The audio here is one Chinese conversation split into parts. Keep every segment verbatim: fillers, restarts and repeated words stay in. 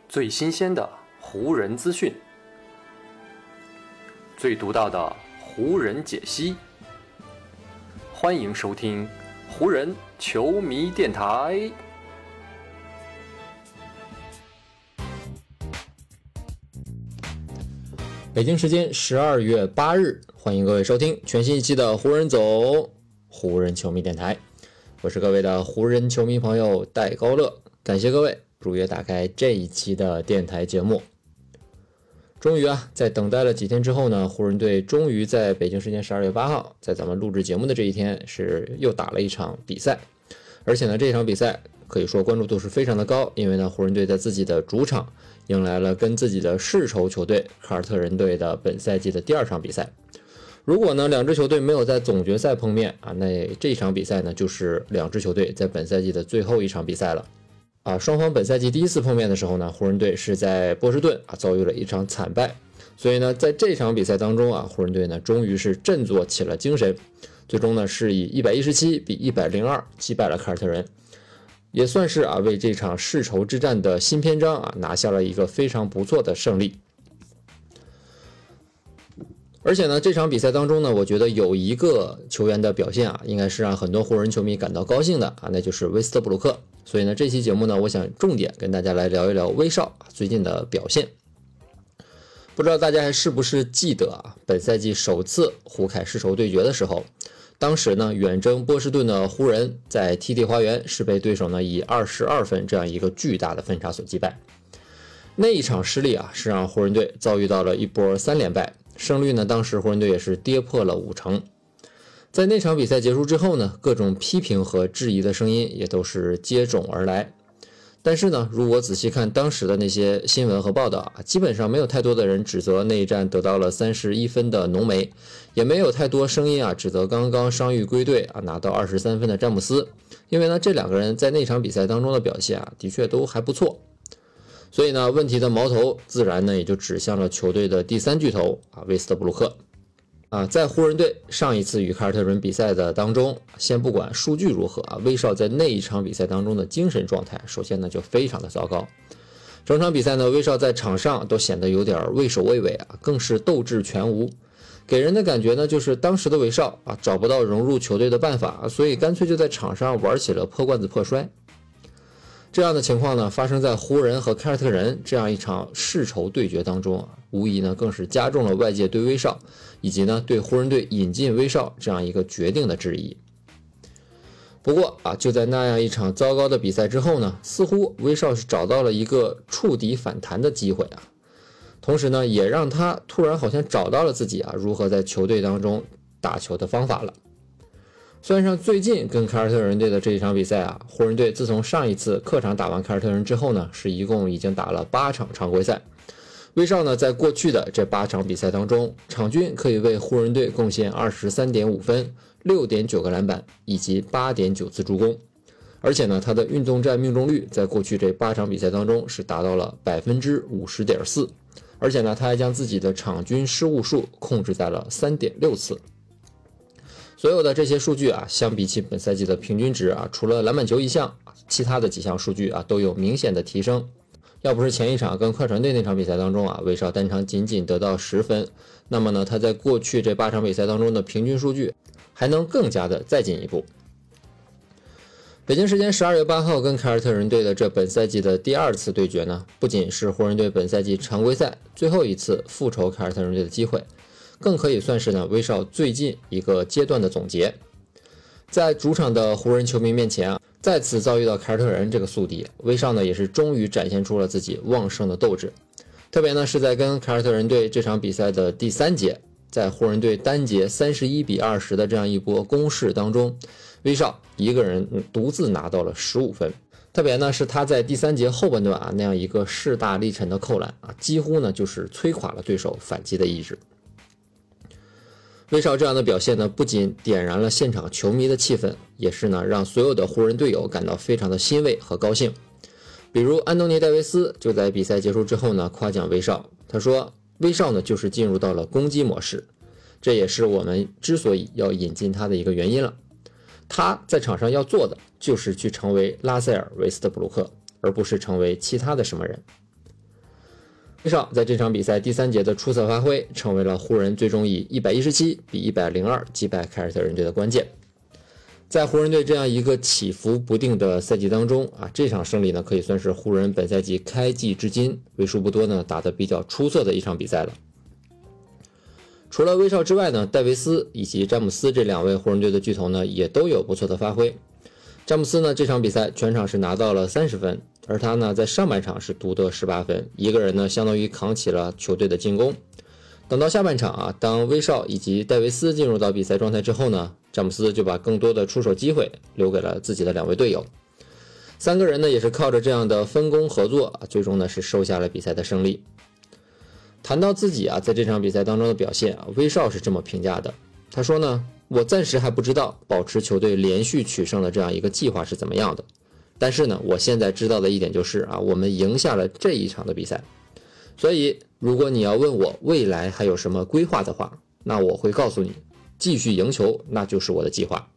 最新鲜的湖人资讯，最独到的湖人解析。欢迎收听湖人球迷电台。 北京时间十二月八日，欢迎各位收听全新一期的湖人走湖人球迷电台，我是各位的湖人球迷朋友戴高乐，感谢各位如约打开这一期的电台节目。终于啊，在等待了几天之后呢，湖人队终于在北京时间十二月八号，在咱们录制节目的这一天是又打了一场比赛，而且呢，这场比赛可以说关注度是非常的高，因为呢，湖人队在自己的主场迎来了跟自己的世仇球队凯尔特人队的本赛季的第二场比赛。如果呢两支球队没有在总决赛碰面啊，那这场比赛呢就是两支球队在本赛季的最后一场比赛了。啊，双方本赛季第一次碰面的时候呢，湖人队是在波士顿啊遭遇了一场惨败，所以呢，在这场比赛当中啊，湖人队呢终于是振作起了精神，最终呢是以一百一十七比一百零二击败了凯尔特人，也算是啊为这场世仇之战的新篇章啊拿下了一个非常不错的胜利。而且呢，这场比赛当中呢，我觉得有一个球员的表现啊，应该是让很多湖人球迷感到高兴的啊，那就是威斯特布鲁克。所以呢，这期节目呢，我想重点跟大家来聊一聊威少最近的表现。不知道大家还是不是记得啊，本赛季首次湖凯世仇对决的时候，当时呢，远征波士顿的湖人在 T D 花园是被对手呢以二十二分这样一个巨大的分差所击败。那一场失利啊，是让湖人队遭遇到了一波三连败。胜率呢，当时湖人队也是跌破了五成。在那场比赛结束之后呢，各种批评和质疑的声音也都是接踵而来。但是呢，如果仔细看当时的那些新闻和报道啊，基本上没有太多的人指责那一战得到了三十一分的浓眉，也没有太多声音啊指责刚刚伤愈归队啊拿到二十三分的詹姆斯，因为呢，这两个人在那场比赛当中的表现啊，的确都还不错。所以呢，问题的矛头自然呢也就指向了球队的第三巨头啊，威斯特布鲁克啊。在湖人队上一次与凯尔特人比赛的当中，先不管数据如何啊，威少在那一场比赛当中的精神状态，首先呢就非常的糟糕。整场比赛呢，威少在场上都显得有点畏首畏尾啊，更是斗志全无，给人的感觉呢就是当时的威少啊找不到融入球队的办法，所以干脆就在场上玩起了破罐子破摔。这样的情况呢，发生在湖人和凯尔特人这样一场世仇对决当中啊，无疑呢更是加重了外界对威少以及呢对湖人队引进威少这样一个决定的质疑。不过啊，就在那样一场糟糕的比赛之后呢，似乎威少是找到了一个触底反弹的机会啊，同时呢，也让他突然好像找到了自己啊如何在球队当中打球的方法了。算上最近跟凯尔特人队的这一场比赛啊，湖人队自从上一次客场打完凯尔特人之后呢，是一共已经打了八场常规赛。威少呢，在过去的这八场比赛当中，场均可以为湖人队贡献 二十三点五分、六点九个篮板以及 八点九次助攻。而且呢，他的运动战命中率在过去这八场比赛当中是达到了 百分之五十点四， 而且呢，他还将自己的场均失误数控制在了 三点六次。所有的这些数据啊，相比起本赛季的平均值啊，除了篮板球一项，其他的几项数据啊都有明显的提升。要不是前一场跟快船队那场比赛当中啊，威少单场仅仅得到十分，那么呢，他在过去这八场比赛当中的平均数据还能更加的再进一步。北京时间十二月八号跟凯尔特人队的这本赛季的第二次对决呢，不仅是湖人队本赛季常规赛最后一次复仇凯尔特人队的机会，更可以算是呢威少最近一个阶段的总结。在主场的湖人球迷面前啊，再次遭遇到凯尔特人这个宿敌，威少呢也是终于展现出了自己旺盛的斗志。特别呢是在跟凯尔特人队这场比赛的第三节，在湖人队单节三十一比二十的这样一波攻势当中，威少一个人独自拿到了十五分。特别呢是他在第三节后半段啊那样一个势大力沉的扣篮啊，几乎呢就是摧垮了对手反击的意志。威少这样的表现呢，不仅点燃了现场球迷的气氛，也是呢让所有的湖人队友感到非常的欣慰和高兴。比如安东尼戴维斯就在比赛结束之后呢夸奖威少，他说威少呢就是进入到了攻击模式，这也是我们之所以要引进他的一个原因了。他在场上要做的就是去成为拉塞尔·韦斯特布鲁克，而不是成为其他的什么人。 威少在这场比赛第三节的出色发挥，成为了湖人最终以一百一十七比一百零二击败凯尔特人队的关键。在湖人队这样一个起伏不定的赛季当中啊，这场胜利呢可以算是湖人本赛季开季至今为数不多呢打得比较出色的一场比赛了。除了威少之外呢，戴维斯以及詹姆斯这两位湖人队的巨头呢也都有不错的发挥。詹姆斯呢这场比赛全场是拿到了三十分，而他呢在上半场是独得十八分，一个人呢相当于扛起了球队的进攻。等到下半场啊，当威少以及戴维斯进入到比赛状态之后呢，詹姆斯就把更多的出手机会留给了自己的两位队友。三个人呢也是靠着这样的分工合作啊，最终呢是收下了比赛的胜利。谈到自己啊在这场比赛当中的表现啊，威少是这么评价的，他说呢，我暂时还不知道保持球队连续取胜的这样一个计划是怎么样的，但是呢我现在知道的一点就是啊，我们赢下了这一场的比赛。所以如果你要问我未来还有什么规划的话，那我会告诉你，继续赢球那就是我的计划。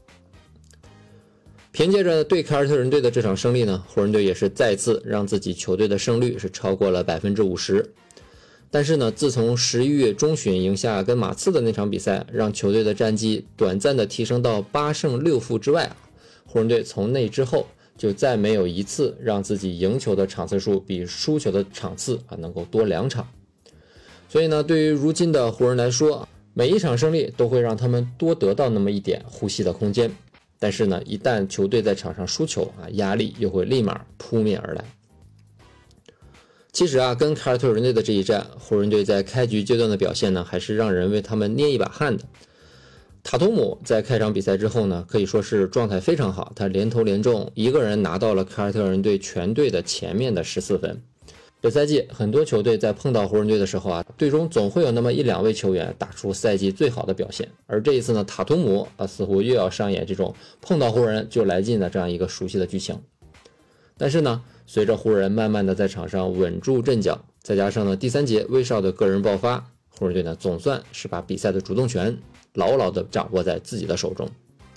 凭借着对凯尔特人队的这场胜利呢，湖人队也是再次让自己球队的胜率是超过了 百分之五十。 但是呢，自从十一月中旬赢下跟马刺的那场比赛，让球队的战绩短暂的提升到八胜六负之外啊，湖人队从那之后就再没有一次让自己赢球的场次数比输球的场次啊能够多两场。所以呢，对于如今的湖人来说，每一场胜利都会让他们多得到那么一点呼吸的空间。但是呢，一旦球队在场上输球啊，压力又会立马扑面而来。其实啊，跟凯尔特人队的这一战，湖人队在开局阶段的表现呢，还是让人为他们捏一把汗的。塔图姆在开场比赛之后呢，可以说是状态非常好，他连投连中，一个人拿到了凯尔特人队全队的前面的十四分。本赛季很多球队在碰到湖人队的时候啊，队中总会有那么一两位球员打出赛季最好的表现，而这一次呢，塔图姆啊似乎又要上演这种碰到湖人就来劲的这样一个熟悉的剧情。但是呢，随着湖人慢慢的在场上稳住阵脚，再加上呢第三节威少的个人爆发，湖人队呢总算是把比赛的主动权牢牢的掌握在自己的手中。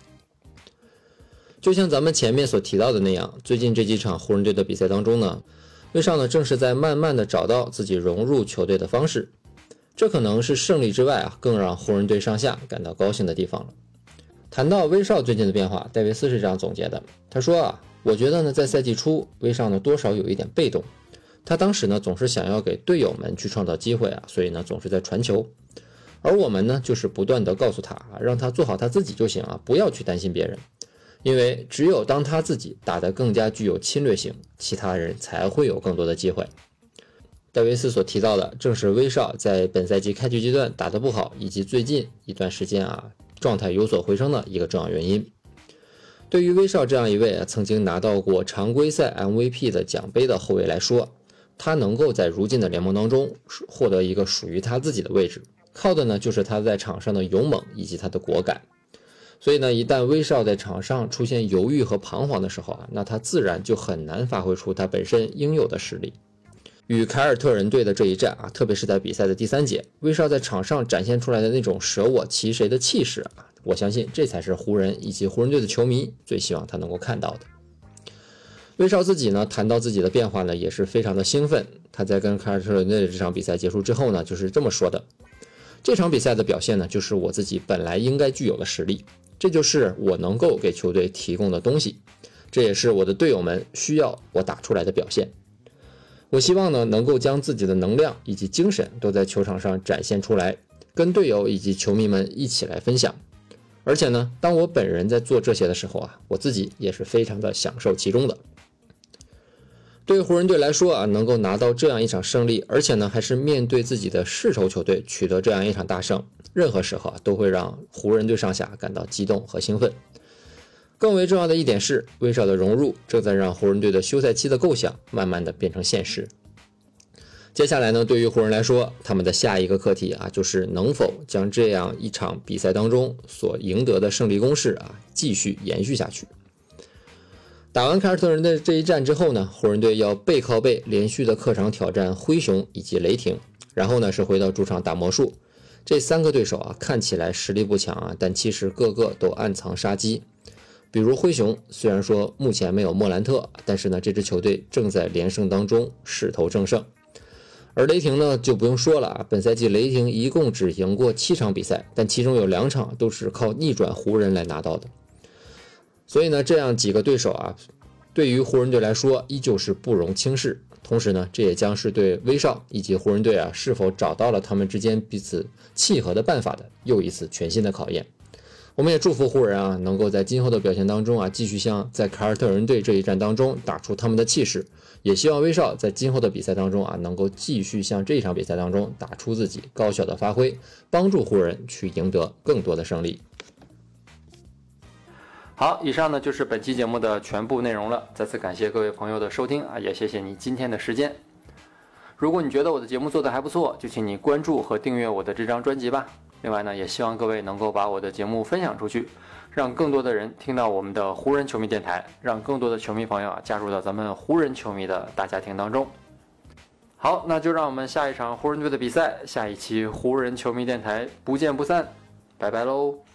就像咱们前面所提到的那样，最近这几场湖人队的比赛当中呢，威少呢正是在慢慢的找到自己融入球队的方式，这可能是胜利之外啊更让湖人队上下感到高兴的地方了。谈到威少最近的变化，戴维斯是这样总结的，他说啊，我觉得呢在赛季初威少呢多少有一点被动，他当时呢总是想要给队友们去创造机会啊，所以呢总是在传球，而我们呢就是不断的告诉他啊，让他做好他自己就行啊，不要去担心别人。因为只有当他自己打得更加具有侵略性，其他人才会有更多的机会。戴维斯所提到的正是威少在本赛季开局阶段打得不好，以及最近一段时间啊状态有所回升的一个重要原因。对于威少这样一位啊曾经拿到过常规赛 M V P 的奖杯的后卫来说，他能够在如今的联盟当中获得一个属于他自己的位置，靠的呢就是他在场上的勇猛以及他的果敢。所以呢，一旦威少在场上出现犹豫和彷徨的时候啊，那他自然就很难发挥出他本身应有的实力。与凯尔特人队的这一战啊，特别是在比赛的第三节，威少在场上展现出来的那种舍我其谁的气势啊，我相信这才是湖人以及湖人队的球迷最希望他能够看到的。威少自己呢，谈到自己的变化呢，也是非常的兴奋。他在跟凯尔特人队的这场比赛结束之后呢，就是这么说的：这场比赛的表现呢，就是我自己本来应该具有的实力。这就是我能够给球队提供的东西，这也是我的队友们需要我打出来的表现。我希望呢，能够将自己的能量以及精神都在球场上展现出来，跟队友以及球迷们一起来分享。而且呢，当我本人在做这些的时候啊，我自己也是非常的享受其中的。对于湖人队来说啊，能够拿到这样一场胜利，而且呢还是面对自己的世仇球队取得这样一场大胜，任何时候啊都会让湖人队上下感到激动和兴奋。更为重要的一点是，威少的融入正在让湖人队的休赛期的构想慢慢的变成现实。接下来呢，对于湖人来说，他们的下一个课题啊，就是能否将这样一场比赛当中所赢得的胜利攻势啊继续延续下去。打完凯尔特人的这一战之后呢，湖人队要背靠背连续的客场挑战灰熊以及雷霆，然后呢是回到主场打魔术。这三个对手啊看起来实力不强啊，但其实个个都暗藏杀机。比如灰熊，虽然说目前没有莫兰特，但是呢这支球队正在连胜当中势头正盛。 而雷霆呢就不用说了啊，本赛季雷霆一共只赢过七场比赛，但其中有两场都是靠逆转湖人来拿到的。所以呢，这样几个对手啊，对于湖人队来说依旧是不容轻视。同时呢，这也将是对威少以及湖人队啊是否找到了他们之间彼此契合的办法的又一次全新的考验。我们也祝福湖人啊，能够在今后的表现当中啊，继续像在凯尔特人队这一战当中打出他们的气势，也希望威少在今后的比赛当中啊，能够继续像这场比赛当中打出自己高效的发挥，帮助湖人去赢得更多的胜利。 好，以上呢就是本期节目的全部内容了。再次感谢各位朋友的收听啊，也谢谢你今天的时间。如果你觉得我的节目做得还不错，就请你关注和订阅我的这张专辑吧。另外呢，也希望各位能够把我的节目分享出去，让更多的人听到我们的湖人球迷电台，让更多的球迷朋友啊加入到咱们湖人球迷的大家庭当中。好，那就让我们下一场湖人队的比赛，下一期湖人球迷电台不见不散，拜拜喽。